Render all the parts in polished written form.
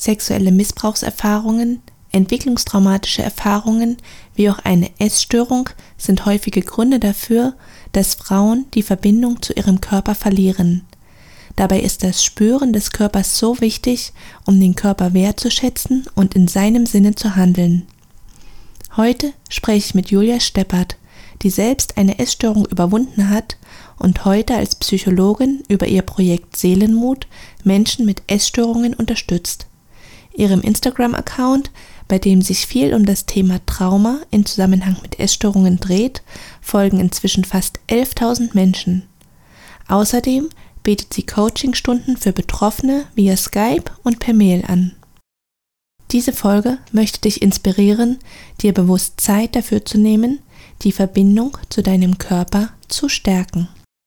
Sexuelle Missbrauchserfahrungen, entwicklungstraumatische Erfahrungen wie auch eine Essstörung sind häufige Gründe dafür, dass Frauen die Verbindung zu ihrem Körper verlieren. Dabei ist das Spüren des Körpers so wichtig, um den Körper wertzuschätzen und in seinem Sinne zu handeln. Heute spreche ich mit Julia Steppert, die selbst eine Essstörung überwunden hat und heute als Psychologin über ihr Projekt Seelenmut Menschen mit Essstörungen unterstützt. Ihrem Instagram-Account, bei dem sich viel um das Thema Trauma in Zusammenhang mit Essstörungen dreht, folgen inzwischen fast 11.000 Menschen. Außerdem bietet sie Coachingstunden für Betroffene via Skype und per Mail an. Diese Folge möchte dich inspirieren, dir bewusst Zeit dafür zu nehmen, die Verbindung zu deinem Körper zu stärken.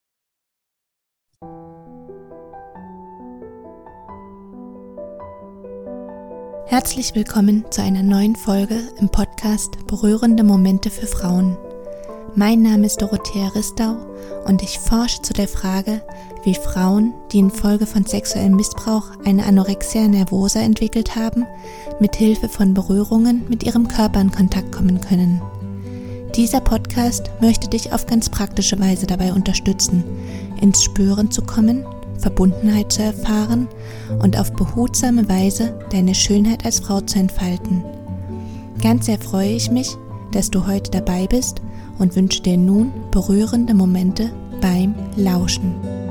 Herzlich willkommen zu einer neuen Folge im Podcast Berührende Momente für Frauen. Mein Name ist Dorothea Ristau und ich forsche zu der Frage, wie Frauen, die infolge von sexuellem Missbrauch eine Anorexia nervosa entwickelt haben, mit Hilfe von Berührungen mit ihrem Körper in Kontakt kommen können. Dieser Podcast möchte dich auf ganz praktische Weise dabei unterstützen, ins Spüren zu kommen, Verbundenheit zu erfahren und auf behutsame Weise deine Schönheit als Frau zu entfalten. Ganz sehr freue ich mich, dass du heute dabei bist und wünsche dir nun berührende Momente beim Lauschen.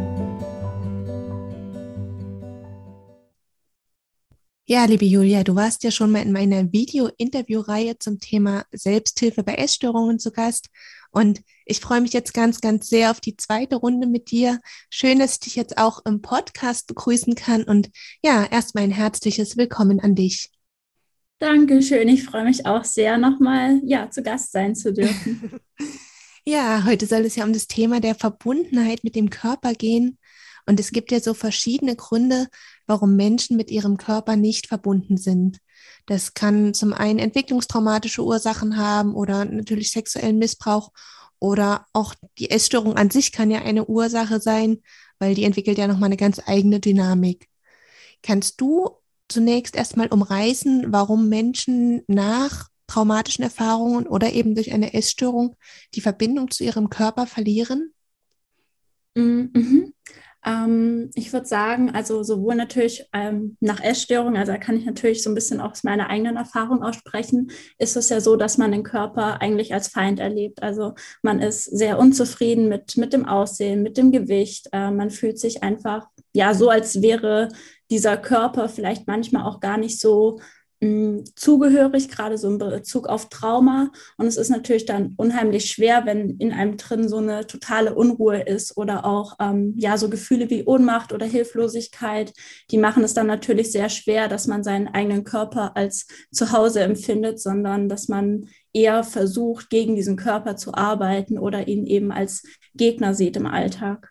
Ja, liebe Julia, du warst ja schon mal in meiner Video-Interview-Reihe zum Thema Selbsthilfe bei Essstörungen zu Gast und ich freue mich jetzt ganz, ganz sehr auf die zweite Runde mit dir. Schön, dass ich dich jetzt auch im Podcast begrüßen kann und ja, erstmal ein herzliches Willkommen an dich. Dankeschön, ich freue mich auch sehr, nochmal zu Gast sein zu dürfen. Ja, heute soll es ja um das Thema der Verbundenheit mit dem Körper gehen. Und es gibt ja so verschiedene Gründe, warum Menschen mit ihrem Körper nicht verbunden sind. Das kann zum einen entwicklungstraumatische Ursachen haben oder natürlich sexuellen Missbrauch oder auch die Essstörung an sich kann ja eine Ursache sein, weil die entwickelt ja nochmal eine ganz eigene Dynamik. Kannst du zunächst erstmal umreißen, warum Menschen nach traumatischen Erfahrungen oder eben durch eine Essstörung die Verbindung zu ihrem Körper verlieren? Mhm. Ich würde sagen, also sowohl natürlich nach Essstörung, also da kann ich natürlich so ein bisschen aus meiner eigenen Erfahrung aussprechen, ist es ja so, dass man den Körper eigentlich als Feind erlebt. Also man ist sehr unzufrieden mit dem Aussehen, mit dem Gewicht. Man fühlt sich einfach so, als wäre dieser Körper vielleicht manchmal auch gar nicht so zugehörig, gerade so in Bezug auf Trauma. Und es ist natürlich dann unheimlich schwer, wenn in einem drin so eine totale Unruhe ist oder auch so Gefühle wie Ohnmacht oder Hilflosigkeit, die machen es dann natürlich sehr schwer, dass man seinen eigenen Körper als Zuhause empfindet, sondern dass man eher versucht, gegen diesen Körper zu arbeiten oder ihn eben als Gegner sieht im Alltag.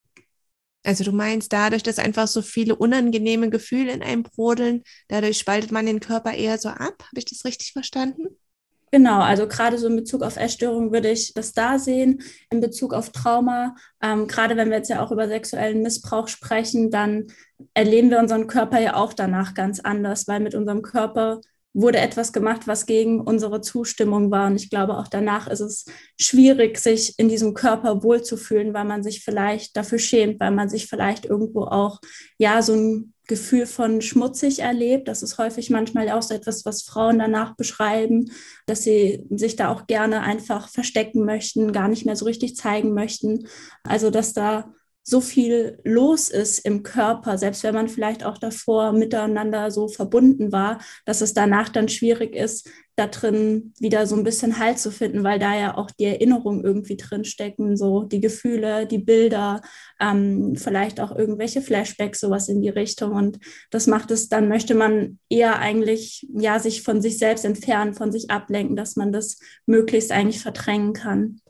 Also du meinst, dadurch, dass einfach so viele unangenehme Gefühle in einem brodeln, dadurch spaltet man den Körper eher so ab? Habe ich das richtig verstanden? Genau, also gerade so in Bezug auf Essstörung würde ich das da sehen. In Bezug auf Trauma, gerade wenn wir jetzt ja auch über sexuellen Missbrauch sprechen, dann erleben wir unseren Körper ja auch danach ganz anders, weil mit unserem Körper wurde etwas gemacht, was gegen unsere Zustimmung war. Und ich glaube, auch danach ist es schwierig, sich in diesem Körper wohlzufühlen, weil man sich vielleicht dafür schämt, weil man sich vielleicht irgendwo auch so ein Gefühl von schmutzig erlebt. Das ist häufig manchmal auch so etwas, was Frauen danach beschreiben, dass sie sich da auch gerne einfach verstecken möchten, gar nicht mehr so richtig zeigen möchten. Also, dass da so viel los ist im Körper, selbst wenn man vielleicht auch davor miteinander so verbunden war, dass es danach dann schwierig ist, da drin wieder so ein bisschen Halt zu finden, weil da ja auch die Erinnerungen irgendwie drin stecken, so die Gefühle, die Bilder, vielleicht auch irgendwelche Flashbacks, sowas in die Richtung. Und das macht es, dann möchte man eher eigentlich sich von sich selbst entfernen, von sich ablenken, dass man das möglichst eigentlich verdrängen kann.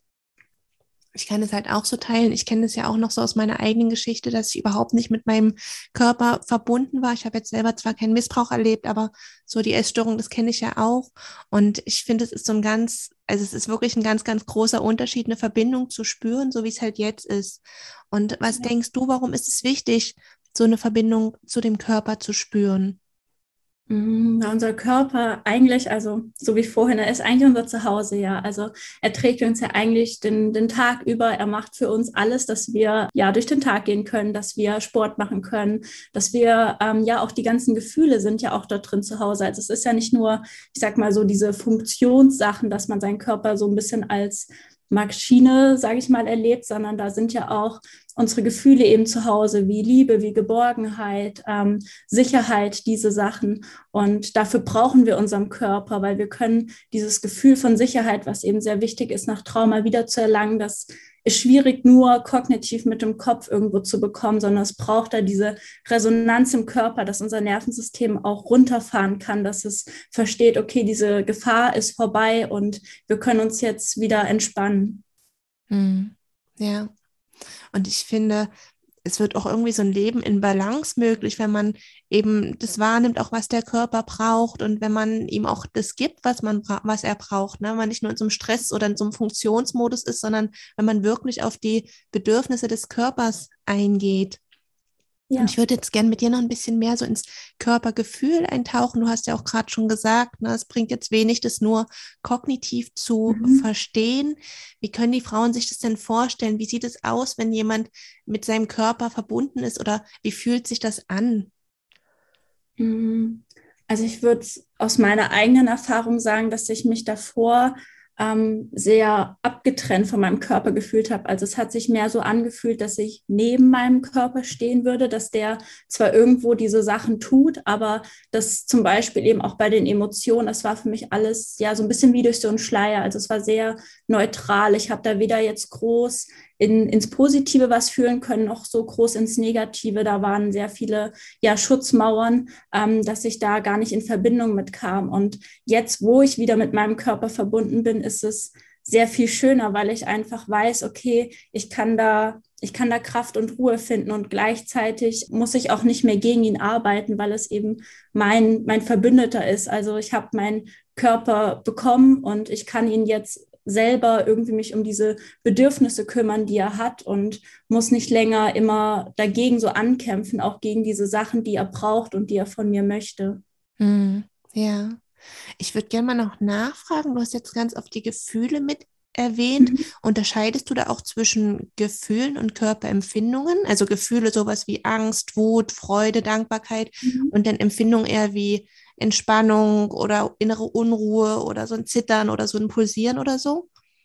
Ich kann es halt auch so teilen. Ich kenne es ja auch noch so aus meiner eigenen Geschichte, dass ich überhaupt nicht mit meinem Körper verbunden war. Ich habe jetzt selber zwar keinen Missbrauch erlebt, aber so die Essstörung, das kenne ich ja auch. Und ich finde, es ist so es ist wirklich ein ganz, ganz großer Unterschied, eine Verbindung zu spüren, so wie es halt jetzt ist. Und was denkst du, warum ist es wichtig, so eine Verbindung zu dem Körper zu spüren? Unser Körper eigentlich, also so wie vorhin, er ist eigentlich unser Zuhause, ja. Also er trägt uns ja eigentlich den Tag über. Er macht für uns alles, dass wir ja durch den Tag gehen können, dass wir Sport machen können, dass wir ja auch die ganzen Gefühle sind ja auch dort drin zu Hause. Also es ist ja nicht nur, ich sag mal so, diese Funktionssachen, dass man seinen Körper so ein bisschen als Maschine, sage ich mal, erlebt, sondern da sind ja auch unsere Gefühle eben zu Hause, wie Liebe, wie Geborgenheit, Sicherheit, diese Sachen. Und dafür brauchen wir unseren Körper, weil wir können dieses Gefühl von Sicherheit, was eben sehr wichtig ist, nach Trauma wieder zu erlangen, das ist schwierig nur kognitiv mit dem Kopf irgendwo zu bekommen, sondern es braucht da diese Resonanz im Körper, dass unser Nervensystem auch runterfahren kann, dass es versteht, okay, diese Gefahr ist vorbei und wir können uns jetzt wieder entspannen. Ja, und ich finde, es wird auch irgendwie so ein Leben in Balance möglich, wenn man eben das wahrnimmt, auch was der Körper braucht und wenn man ihm auch das gibt, was er braucht, ne? Wenn man nicht nur in so einem Stress oder in so einem Funktionsmodus ist, sondern wenn man wirklich auf die Bedürfnisse des Körpers eingeht. Und ich Ja. würde jetzt gerne mit dir noch ein bisschen mehr so ins Körpergefühl eintauchen. Du hast ja auch gerade schon gesagt, ne, es bringt jetzt wenig, das nur kognitiv zu Mhm. verstehen. Wie können die Frauen sich das denn vorstellen? Wie sieht es aus, wenn jemand mit seinem Körper verbunden ist oder wie fühlt sich das an? Mm, Also ich würde aus meiner eigenen Erfahrung sagen, dass ich mich davor sehr abgetrennt von meinem Körper gefühlt habe. Also es hat sich mehr so angefühlt, dass ich neben meinem Körper stehen würde, dass der zwar irgendwo diese Sachen tut, aber das zum Beispiel eben auch bei den Emotionen, das war für mich alles ja so ein bisschen wie durch so einen Schleier. Also es war sehr neutral. Ich habe da weder jetzt groß ins Positive was fühlen können, noch so groß ins Negative. Da waren sehr viele ja, Schutzmauern, dass ich da gar nicht in Verbindung mit kam. Und jetzt, wo ich wieder mit meinem Körper verbunden bin, ist es sehr viel schöner, weil ich einfach weiß, okay, ich kann da Kraft und Ruhe finden und gleichzeitig muss ich auch nicht mehr gegen ihn arbeiten, weil es eben mein Verbündeter ist. Also ich habe meinen Körper bekommen und ich kann ihn jetzt selber irgendwie mich um diese Bedürfnisse kümmern, die er hat und muss nicht länger immer dagegen so ankämpfen, auch gegen diese Sachen, die er braucht und die er von mir möchte. Hm, ja. Ich würde gerne mal noch nachfragen. Du hast jetzt ganz oft die Gefühle mit erwähnt. Mhm. Unterscheidest du da auch zwischen Gefühlen und Körperempfindungen? Also Gefühle sowas wie Angst, Wut, Freude, Dankbarkeit Mhm. und dann Empfindungen eher wie Entspannung oder innere Unruhe oder so ein Zittern oder so ein Pulsieren oder so?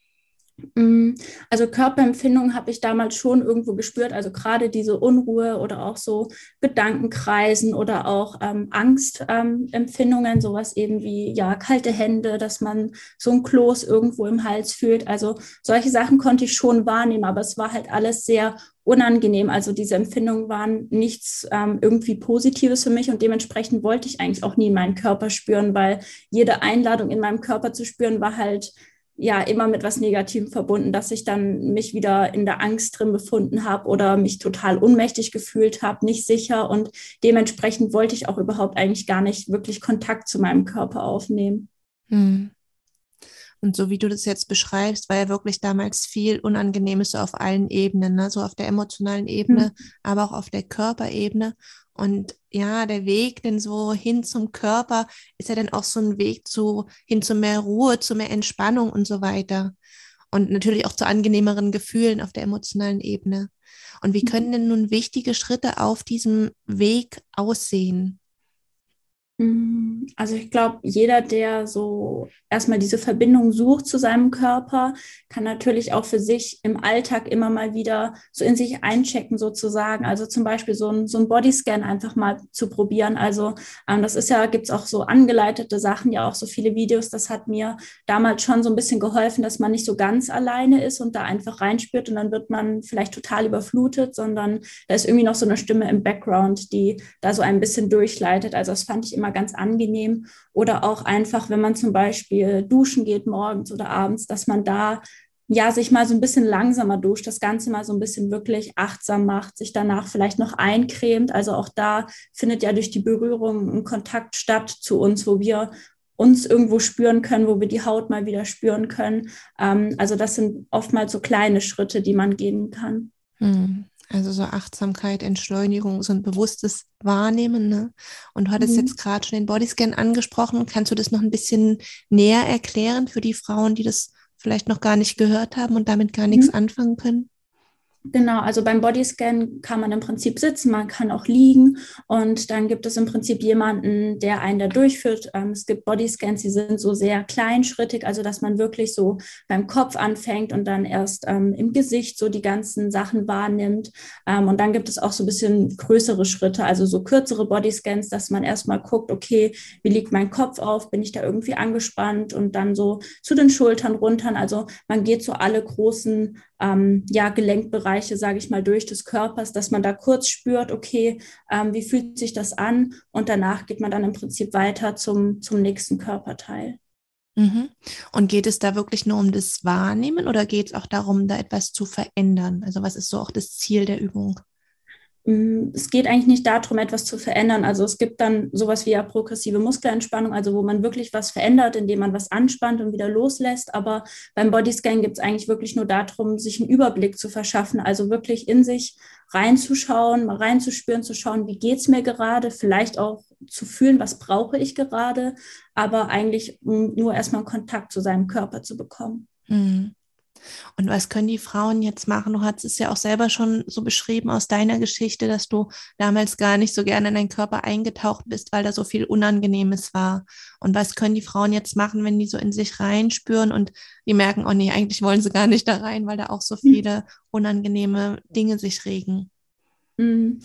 Also Körperempfindungen habe ich damals schon irgendwo gespürt, also gerade diese Unruhe oder auch so Gedankenkreisen oder auch Angstempfindungen, sowas eben wie ja kalte Hände, dass man so ein Kloß irgendwo im Hals fühlt. Also solche Sachen konnte ich schon wahrnehmen, aber es war halt alles sehr unangenehm. Also diese Empfindungen waren nichts irgendwie Positives für mich und dementsprechend wollte ich eigentlich auch nie meinen Körper spüren, weil jede Einladung in meinem Körper zu spüren war halt ja immer mit was Negativem verbunden, dass ich dann mich wieder in der Angst drin befunden habe oder mich total ohnmächtig gefühlt habe, nicht sicher und dementsprechend wollte ich auch überhaupt eigentlich gar nicht wirklich Kontakt zu meinem Körper aufnehmen. Hm. Und so wie du das jetzt beschreibst, war ja wirklich damals viel Unangenehmes so auf allen Ebenen, ne? So auf der emotionalen Ebene, aber auch auf der Körperebene. Und ja, der Weg denn so hin zum Körper ist ja dann auch so ein Weg hin zu mehr Ruhe, zu mehr Entspannung und so weiter. Und natürlich auch zu angenehmeren Gefühlen auf der emotionalen Ebene. Und wie können denn nun wichtige Schritte auf diesem Weg aussehen? Also ich glaube, jeder, der so erstmal diese Verbindung sucht zu seinem Körper, kann natürlich auch für sich im Alltag immer mal wieder so in sich einchecken sozusagen. Also zum Beispiel so ein Bodyscan einfach mal zu probieren. Also das ist ja, gibt es auch so angeleitete Sachen, ja auch so viele Videos. Das hat mir damals schon so ein bisschen geholfen, dass man nicht so ganz alleine ist und da einfach reinspürt und dann wird man vielleicht total überflutet, sondern da ist irgendwie noch so eine Stimme im Background, die da so ein bisschen durchleitet. Also das fand ich immer ganz angenehm. Oder auch einfach, wenn man zum Beispiel duschen geht morgens oder abends, dass man da ja sich mal so ein bisschen langsamer duscht, das Ganze mal so ein bisschen wirklich achtsam macht, sich danach vielleicht noch eincremt. Also auch da findet ja durch die Berührung ein Kontakt statt zu uns, wo wir uns irgendwo spüren können, wo wir die Haut mal wieder spüren können. Also das sind oftmals so kleine Schritte, die man gehen kann. Hm. Also so Achtsamkeit, Entschleunigung, so ein bewusstes Wahrnehmen, ne? Und du hattest Mhm. jetzt gerade schon den Bodyscan angesprochen. Kannst du das noch ein bisschen näher erklären für die Frauen, die das vielleicht noch gar nicht gehört haben und damit gar nichts Mhm. anfangen können? Genau, also beim Bodyscan kann man im Prinzip sitzen, man kann auch liegen und dann gibt es im Prinzip jemanden, der einen da durchführt. Es gibt Bodyscans, die sind so sehr kleinschrittig, also dass man wirklich so beim Kopf anfängt und dann erst im Gesicht so die ganzen Sachen wahrnimmt. Und dann gibt es auch so ein bisschen größere Schritte, also so kürzere Bodyscans, dass man erstmal guckt, okay, wie liegt mein Kopf auf, bin ich da irgendwie angespannt und dann so zu den Schultern runter. Also man geht so alle großen ja, Gelenkbereiche, sage ich mal, durch des Körpers, dass man da kurz spürt, okay, wie fühlt sich das an? Und danach geht man dann im Prinzip weiter zum nächsten Körperteil. Mhm. Und geht es da wirklich nur um das Wahrnehmen oder geht es auch darum, da etwas zu verändern? Also was ist so auch das Ziel der Übung? Es geht eigentlich nicht darum, etwas zu verändern. Also es gibt dann sowas wie ja progressive Muskelentspannung, also wo man wirklich was verändert, indem man was anspannt und wieder loslässt. Aber beim Bodyscan geht es eigentlich wirklich nur darum, sich einen Überblick zu verschaffen, also wirklich in sich reinzuschauen, mal reinzuspüren, zu schauen, wie geht es mir gerade, vielleicht auch zu fühlen, was brauche ich gerade, aber eigentlich nur erstmal Kontakt zu seinem Körper zu bekommen. Mhm. Und was können die Frauen jetzt machen? Du hast es ja auch selber schon so beschrieben aus deiner Geschichte, dass du damals gar nicht so gerne in deinen Körper eingetaucht bist, weil da so viel Unangenehmes war. Und was können die Frauen jetzt machen, wenn die so in sich reinspüren und die merken, oh nee, eigentlich wollen sie gar nicht da rein, weil da auch so viele unangenehme Dinge sich regen? Mm,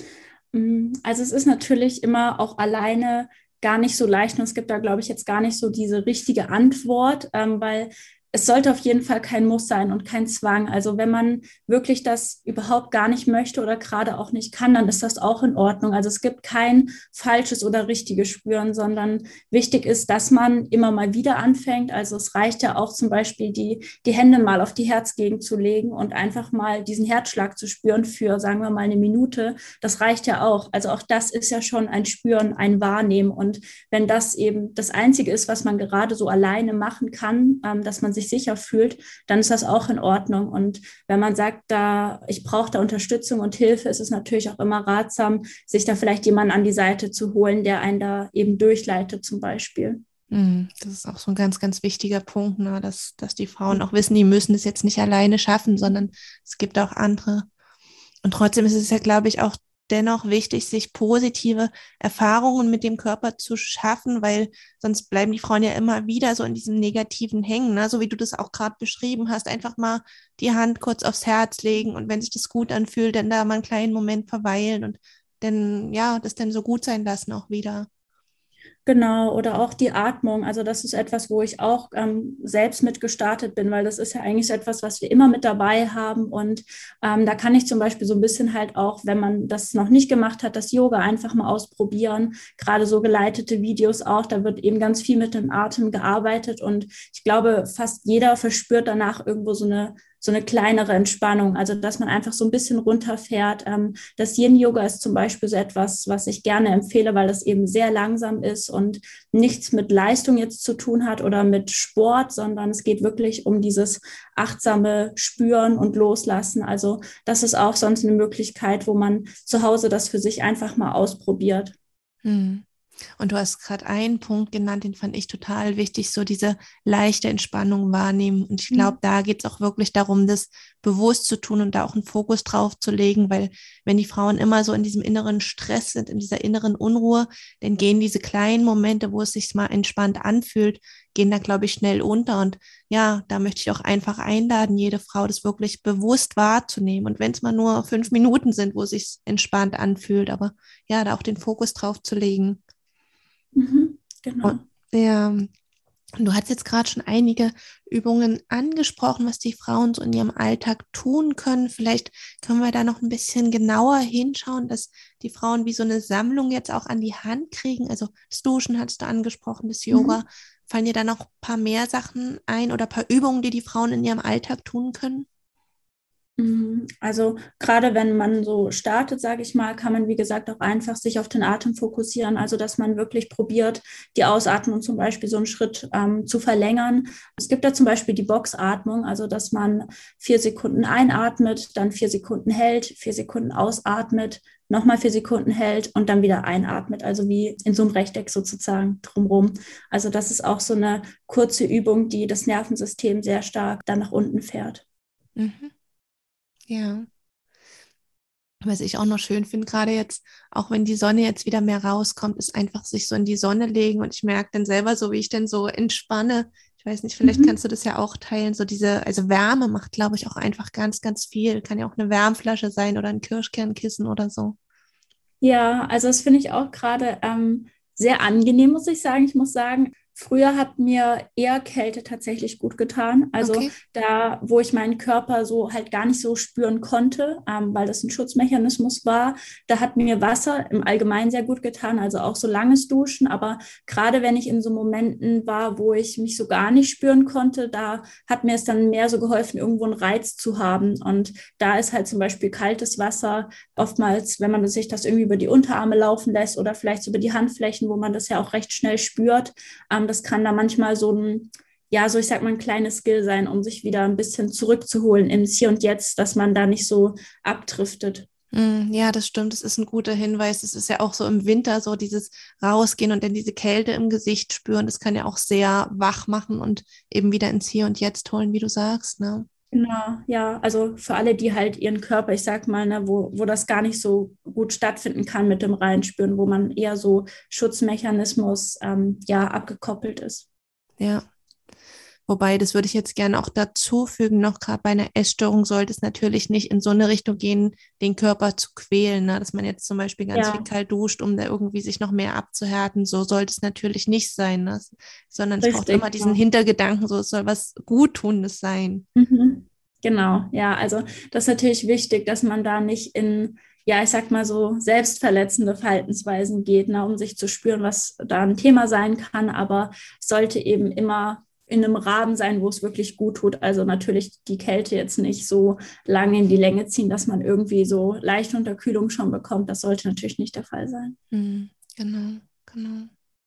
Also es ist natürlich immer auch alleine gar nicht so leicht und es gibt da, glaube ich, jetzt gar nicht so diese richtige Antwort, weil es sollte auf jeden Fall kein Muss sein und kein Zwang. Also wenn man wirklich das überhaupt gar nicht möchte oder gerade auch nicht kann, dann ist das auch in Ordnung. Also es gibt kein falsches oder richtiges Spüren, sondern wichtig ist, dass man immer mal wieder anfängt. Also es reicht ja auch zum Beispiel die Hände mal auf die Herzgegend zu legen und einfach mal diesen Herzschlag zu spüren für, sagen wir mal, eine Minute. Das reicht ja auch. Also auch das ist ja schon ein Spüren, ein Wahrnehmen. Und wenn das eben das Einzige ist, was man gerade so alleine machen kann, dass man sich sicher fühlt, dann ist das auch in Ordnung. Und wenn man sagt, da ich brauche da Unterstützung und Hilfe, ist es natürlich auch immer ratsam, sich da vielleicht jemanden an die Seite zu holen, der einen da eben durchleitet zum Beispiel. Das ist auch so ein ganz, ganz wichtiger Punkt, ne? Dass die Frauen auch wissen, die müssen es jetzt nicht alleine schaffen, sondern es gibt auch andere. Und trotzdem ist es ja, glaube ich, auch dennoch wichtig, sich positive Erfahrungen mit dem Körper zu schaffen, weil sonst bleiben die Frauen ja immer wieder so in diesem Negativen hängen, ne? So wie du das auch gerade beschrieben hast, einfach mal die Hand kurz aufs Herz legen und wenn sich das gut anfühlt, dann da mal einen kleinen Moment verweilen und dann, ja, das dann so gut sein lassen auch wieder. Genau, oder auch die Atmung. Also das ist etwas, wo ich auch selbst mit gestartet bin, weil das ist ja eigentlich so etwas, was wir immer mit dabei haben. Und da kann ich zum Beispiel so ein bisschen halt auch, wenn man das noch nicht gemacht hat, das Yoga einfach mal ausprobieren. Gerade so geleitete Videos auch, da wird eben ganz viel mit dem Atem gearbeitet. Und ich glaube, fast jeder verspürt danach irgendwo so eine kleinere Entspannung, also dass man einfach so ein bisschen runterfährt. Das Yin-Yoga ist zum Beispiel so etwas, was ich gerne empfehle, weil das eben sehr langsam ist und nichts mit Leistung jetzt zu tun hat oder mit Sport, sondern es geht wirklich um dieses achtsame Spüren und Loslassen. Also das ist auch sonst eine Möglichkeit, wo man zu Hause das für sich einfach mal ausprobiert. Hm. Und du hast gerade einen Punkt genannt, den fand ich total wichtig, so diese leichte Entspannung wahrnehmen. Und ich glaube, da geht es auch wirklich darum, das bewusst zu tun und da auch einen Fokus drauf zu legen, weil wenn die Frauen immer so in diesem inneren Stress sind, in dieser inneren Unruhe, dann gehen diese kleinen Momente, wo es sich mal entspannt anfühlt, gehen da, glaube ich, schnell unter. Und ja, da möchte ich auch einfach einladen, jede Frau das wirklich bewusst wahrzunehmen. Und wenn es mal nur 5 Minuten sind, wo es sich entspannt anfühlt, aber ja, da auch den Fokus drauf zu legen. Mhm, Und genau. ja, du hast jetzt gerade schon einige Übungen angesprochen, was die Frauen so in ihrem Alltag tun können. Vielleicht können wir da noch ein bisschen genauer hinschauen, dass die Frauen wie so eine Sammlung jetzt auch an die Hand kriegen. Also das Duschen hattest du angesprochen, das Mhm. Yoga. Fallen dir da noch ein paar mehr Sachen ein oder ein paar Übungen, die die Frauen in ihrem Alltag tun können? Also gerade wenn man so startet, sage ich mal, kann man, wie gesagt, auch einfach sich auf den Atem fokussieren. Also dass man wirklich probiert, die Ausatmung zum Beispiel so einen Schritt zu verlängern. Es gibt da zum Beispiel die Boxatmung, also dass man 4 Sekunden einatmet, dann 4 Sekunden hält, 4 Sekunden ausatmet, nochmal 4 Sekunden hält und dann wieder einatmet. Also wie in so einem Rechteck sozusagen drumherum. Also das ist auch so eine kurze Übung, die das Nervensystem sehr stark dann nach unten fährt. Mhm. Ja. Was ich auch noch schön finde, gerade jetzt, auch wenn die Sonne jetzt wieder mehr rauskommt, ist einfach sich so in die Sonne legen und ich merke dann selber so, wie ich dann so entspanne. Ich weiß nicht, vielleicht Mhm. kannst du das ja auch teilen. So diese, also Wärme macht, glaube ich, auch einfach ganz, ganz viel. Kann ja auch eine Wärmflasche sein oder ein Kirschkernkissen oder so. Ja, also das finde ich auch gerade sehr angenehm, muss ich sagen. Ich muss sagen, früher hat mir eher Kälte tatsächlich gut getan. Also Okay. da, wo ich meinen Körper so halt gar nicht so spüren konnte, weil das ein Schutzmechanismus war, da hat mir Wasser im Allgemeinen sehr gut getan, also auch so langes Duschen. Aber gerade wenn ich in so Momenten war, wo ich mich so gar nicht spüren konnte, da hat mir es dann mehr so geholfen, irgendwo einen Reiz zu haben. Und da ist halt zum Beispiel kaltes Wasser oftmals, wenn man sich das irgendwie über die Unterarme laufen lässt oder vielleicht so über die Handflächen, wo man das ja auch recht schnell spürt, das kann da manchmal so ein, ja, so ich sag mal, ein kleines Skill sein, um sich wieder ein bisschen zurückzuholen ins Hier und Jetzt, dass man da nicht so abdriftet. Ja, das stimmt. Das ist ein guter Hinweis. Es ist ja auch so im Winter so dieses Rausgehen und dann diese Kälte im Gesicht spüren. Das kann ja auch sehr wach machen und eben wieder ins Hier und Jetzt holen, wie du sagst, ne? Genau, ja, also für alle, die halt ihren Körper, ich sag mal, ne, wo das gar nicht so gut stattfinden kann mit dem Reinspüren, wo man eher so Schutzmechanismus ja abgekoppelt ist. Ja. Wobei, das würde ich jetzt gerne auch dazu fügen, noch gerade bei einer Essstörung sollte es natürlich nicht in so eine Richtung gehen, den Körper zu quälen, ne? Dass man jetzt zum Beispiel ganz viel Ja, kalt duscht, um da irgendwie sich noch mehr abzuhärten. So sollte es natürlich nicht sein, ne? Sondern es braucht immer richtig, diesen genau. Hintergedanken, so es soll was Guttunendes sein. Mhm. Genau, ja, also das ist natürlich wichtig, dass man da nicht in, ja, ich sag mal so, selbstverletzende Verhaltensweisen geht, ne, um sich zu spüren, was da ein Thema sein kann, aber es sollte eben immer in einem Rahmen sein, wo es wirklich gut tut. Also natürlich die Kälte jetzt nicht so lange in die Länge ziehen, dass man irgendwie so leichte Unterkühlung schon bekommt. Das sollte natürlich nicht der Fall sein. Genau, genau.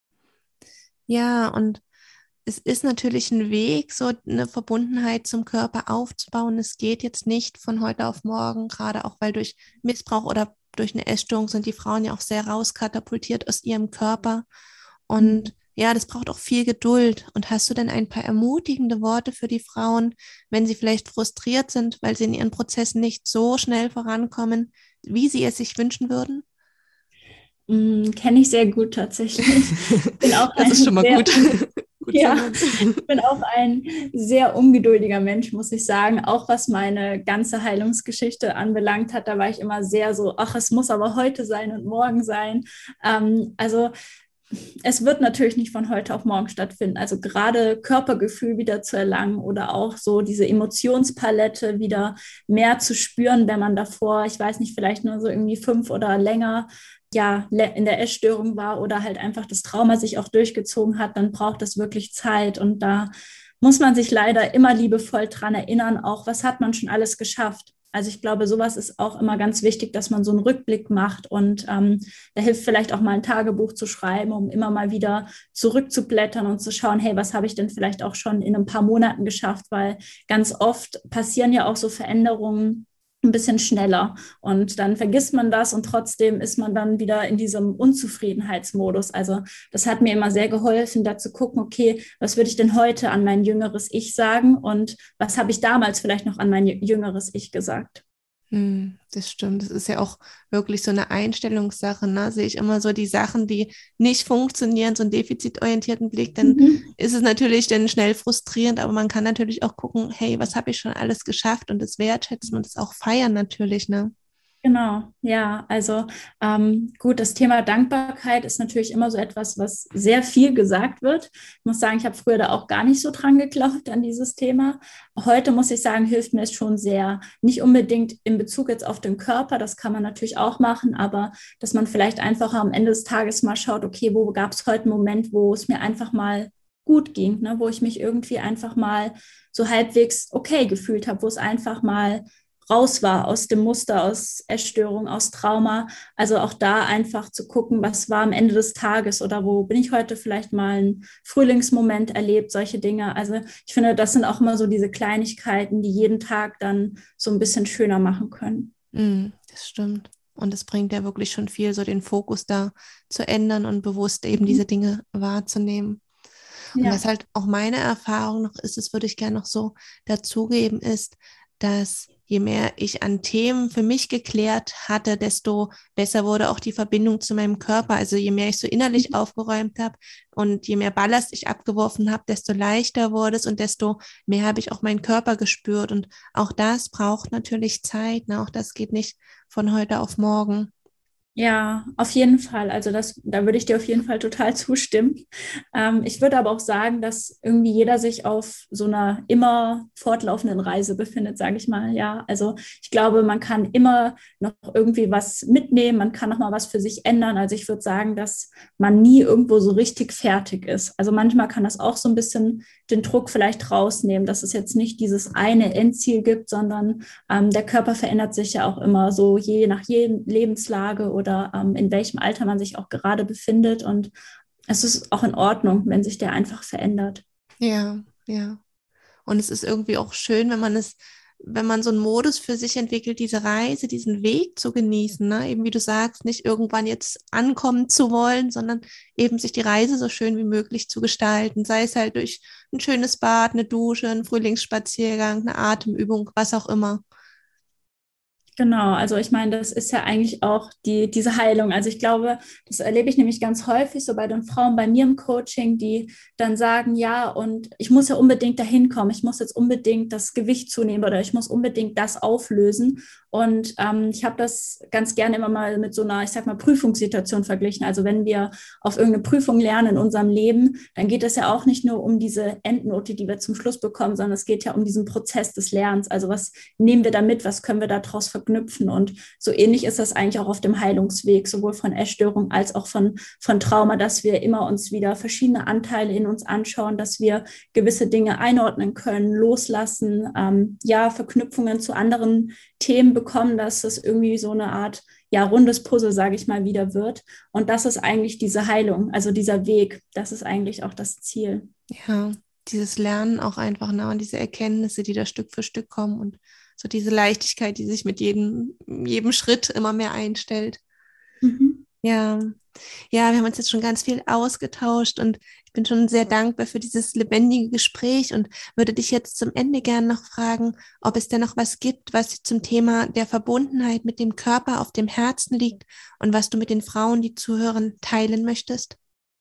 Ja, und es ist natürlich ein Weg, so eine Verbundenheit zum Körper aufzubauen. Es geht jetzt nicht von heute auf morgen, gerade auch weil durch Missbrauch oder durch eine Essstörung sind die Frauen ja auch sehr rauskatapultiert aus ihrem Körper. Und ja, das braucht auch viel Geduld. Und hast du denn ein paar ermutigende Worte für die Frauen, wenn sie vielleicht frustriert sind, weil sie in ihren Prozessen nicht so schnell vorankommen, wie sie es sich wünschen würden? Kenne ich sehr gut tatsächlich. Bin auch Das ist schon ein mal sehr gut. Gut zu Ja, hören. ich bin auch ein sehr ungeduldiger Mensch, muss ich sagen. Auch was meine ganze Heilungsgeschichte anbelangt hat, da war ich immer sehr so, ach, es muss aber heute sein und morgen sein. Also es wird natürlich nicht von heute auf morgen stattfinden. Also gerade Körpergefühl wieder zu erlangen oder auch so diese Emotionspalette wieder mehr zu spüren, wenn man davor, ich weiß nicht, vielleicht nur so irgendwie 5 oder länger ja, in der Essstörung war oder halt einfach das Trauma sich auch durchgezogen hat, dann braucht das wirklich Zeit. Und da muss man sich leider immer liebevoll dran erinnern, auch was hat man schon alles geschafft. Also ich glaube, sowas ist auch immer ganz wichtig, dass man so einen Rückblick macht und da hilft vielleicht auch mal ein Tagebuch zu schreiben, um immer mal wieder zurückzublättern und zu schauen, hey, was habe ich denn vielleicht auch schon in ein paar Monaten geschafft, weil ganz oft passieren ja auch so Veränderungen ein bisschen schneller und dann vergisst man das und trotzdem ist man dann wieder in diesem Unzufriedenheitsmodus. Also das hat mir immer sehr geholfen, da zu gucken, okay, was würde ich denn heute an mein jüngeres Ich sagen und was habe ich damals vielleicht noch an mein jüngeres Ich gesagt? Das stimmt. Das ist ja auch wirklich so eine Einstellungssache, ne? Sehe ich immer so die Sachen, die nicht funktionieren, so einen defizitorientierten Blick, dann Mhm. ist es natürlich dann schnell frustrierend, aber man kann natürlich auch gucken, hey, was habe ich schon alles geschafft und das wertschätzen und das auch feiern natürlich, ne? Genau, ja, also gut, das Thema Dankbarkeit ist natürlich immer so etwas, was sehr viel gesagt wird. Ich muss sagen, ich habe früher da auch gar nicht so dran geglaubt an dieses Thema. Heute muss ich sagen, hilft mir es schon sehr. Nicht unbedingt in Bezug jetzt auf den Körper, das kann man natürlich auch machen, aber dass man vielleicht einfach am Ende des Tages mal schaut, okay, wo gab es heute einen Moment, wo es mir einfach mal gut ging, ne? Wo ich mich irgendwie einfach mal so halbwegs okay gefühlt habe, wo es einfach mal raus war aus dem Muster, aus Essstörung, aus Trauma. Also auch da einfach zu gucken, was war am Ende des Tages oder wo bin ich heute vielleicht mal einen Frühlingsmoment erlebt, solche Dinge. Also ich finde, das sind auch immer so diese Kleinigkeiten, die jeden Tag dann so ein bisschen schöner machen können. Das stimmt. Und es bringt ja wirklich schon viel, so den Fokus da zu ändern und bewusst eben diese Dinge wahrzunehmen. Und was halt auch meine Erfahrung noch ist, das würde ich gerne noch so dazugeben, ist, dass je mehr ich an Themen für mich geklärt hatte, desto besser wurde auch die Verbindung zu meinem Körper. Also je mehr ich so innerlich aufgeräumt habe und je mehr Ballast ich abgeworfen habe, desto leichter wurde es und desto mehr habe ich auch meinen Körper gespürt. Und auch das braucht natürlich Zeit, ne? Auch das geht nicht von heute auf morgen. Ja, auf jeden Fall. Also da würde ich dir auf jeden Fall total zustimmen. Ich würde aber auch sagen, dass irgendwie jeder sich auf so einer immer fortlaufenden Reise befindet, sage ich mal. Ja, also ich glaube, man kann immer noch irgendwie was mitnehmen, man kann noch mal was für sich ändern. Also ich würde sagen, dass man nie irgendwo so richtig fertig ist. Also manchmal kann das auch so ein bisschen den Druck vielleicht rausnehmen, dass es jetzt nicht dieses eine Endziel gibt, sondern der Körper verändert sich ja auch immer so je nach Lebenslage oder in welchem Alter man sich auch gerade befindet. Und es ist auch in Ordnung, wenn sich der einfach verändert. Ja, ja. Und es ist irgendwie auch schön, wenn man so einen Modus für sich entwickelt, diese Reise, diesen Weg zu genießen, ne? Eben wie du sagst, nicht irgendwann jetzt ankommen zu wollen, sondern eben sich die Reise so schön wie möglich zu gestalten, sei es halt durch ein schönes Bad, eine Dusche, einen Frühlingsspaziergang, eine Atemübung, was auch immer. Genau, also ich meine, das ist ja eigentlich auch diese Heilung. Also ich glaube, das erlebe ich nämlich ganz häufig so bei den Frauen bei mir im Coaching, die dann sagen, ja, und ich muss ja unbedingt dahin kommen, ich muss jetzt unbedingt das Gewicht zunehmen oder ich muss unbedingt das auflösen. Und ich habe das ganz gerne immer mal mit so einer, ich sag mal, Prüfungssituation verglichen. Also wenn wir auf irgendeine Prüfung lernen in unserem Leben, dann geht es ja auch nicht nur um diese Endnote, die wir zum Schluss bekommen, sondern es geht ja um diesen Prozess des Lernens. Also was nehmen wir da mit, was können wir daraus verknüpfen? Und so ähnlich ist das eigentlich auch auf dem Heilungsweg, sowohl von Essstörung als auch von Trauma, dass wir immer uns wieder verschiedene Anteile in uns anschauen, dass wir gewisse Dinge einordnen können, loslassen, Verknüpfungen zu anderen Themen bekommen, dass das irgendwie so eine Art rundes Puzzle, sage ich mal, wieder wird. Und das ist eigentlich diese Heilung, also dieser Weg, das ist eigentlich auch das Ziel. Ja, dieses Lernen auch einfach, ne, und diese Erkenntnisse, die da Stück für Stück kommen und so diese Leichtigkeit, die sich mit jedem Schritt immer mehr einstellt. Mhm. Ja, ja, wir haben uns jetzt schon ganz viel ausgetauscht und ich bin schon sehr dankbar für dieses lebendige Gespräch und würde dich jetzt zum Ende gerne noch fragen, ob es denn noch was gibt, was zum Thema der Verbundenheit mit dem Körper auf dem Herzen liegt und was du mit den Frauen, die zuhören, teilen möchtest.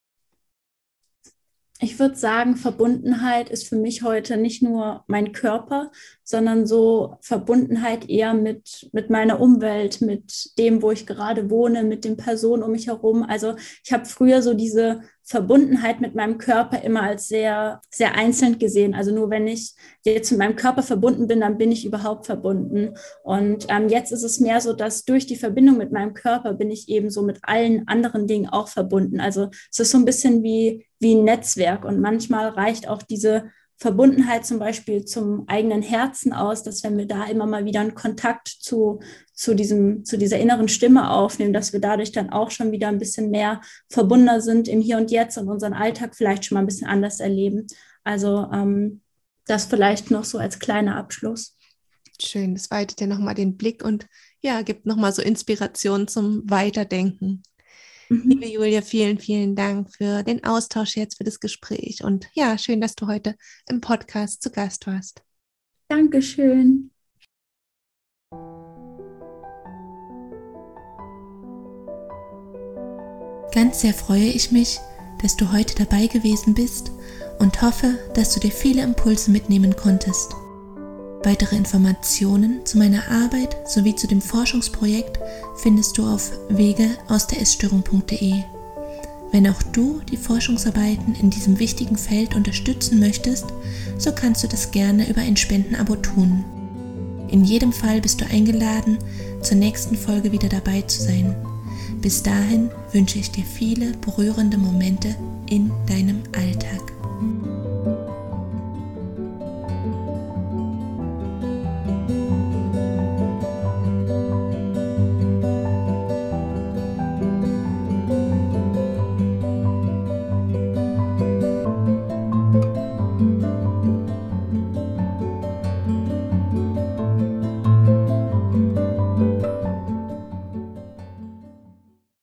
Ich würde sagen, Verbundenheit ist für mich heute nicht nur mein Körper, sondern so Verbundenheit eher mit meiner Umwelt, mit dem, wo ich gerade wohne, mit den Personen um mich herum. Also ich habe früher so diese Verbundenheit mit meinem Körper immer als sehr, sehr einzeln gesehen. Also nur wenn ich jetzt mit meinem Körper verbunden bin, dann bin ich überhaupt verbunden. Und jetzt ist es mehr so, dass durch die Verbindung mit meinem Körper bin ich eben so mit allen anderen Dingen auch verbunden. Also es ist so ein bisschen wie ein Netzwerk. Und manchmal reicht auch diese Verbundenheit zum Beispiel zum eigenen Herzen aus, dass wenn wir da immer mal wieder einen Kontakt zu dieser inneren Stimme aufnehmen, dass wir dadurch dann auch schon wieder ein bisschen mehr verbundener sind im Hier und Jetzt und unseren Alltag vielleicht schon mal ein bisschen anders erleben. Also das vielleicht noch so als kleiner Abschluss. Schön, das weitet ja nochmal den Blick und ja, gibt nochmal so Inspiration zum Weiterdenken. Liebe Julia, vielen, vielen Dank für den Austausch jetzt, für das Gespräch und ja, schön, dass du heute im Podcast zu Gast warst. Dankeschön. Ganz sehr freue ich mich, dass du heute dabei gewesen bist und hoffe, dass du dir viele Impulse mitnehmen konntest. Weitere Informationen zu meiner Arbeit sowie zu dem Forschungsprojekt findest du auf wegeausderessstörung.de. Wenn auch du die Forschungsarbeiten in diesem wichtigen Feld unterstützen möchtest, so kannst du das gerne über ein Spendenabo tun. In jedem Fall bist du eingeladen, zur nächsten Folge wieder dabei zu sein. Bis dahin wünsche ich dir viele berührende Momente in deinem Alltag.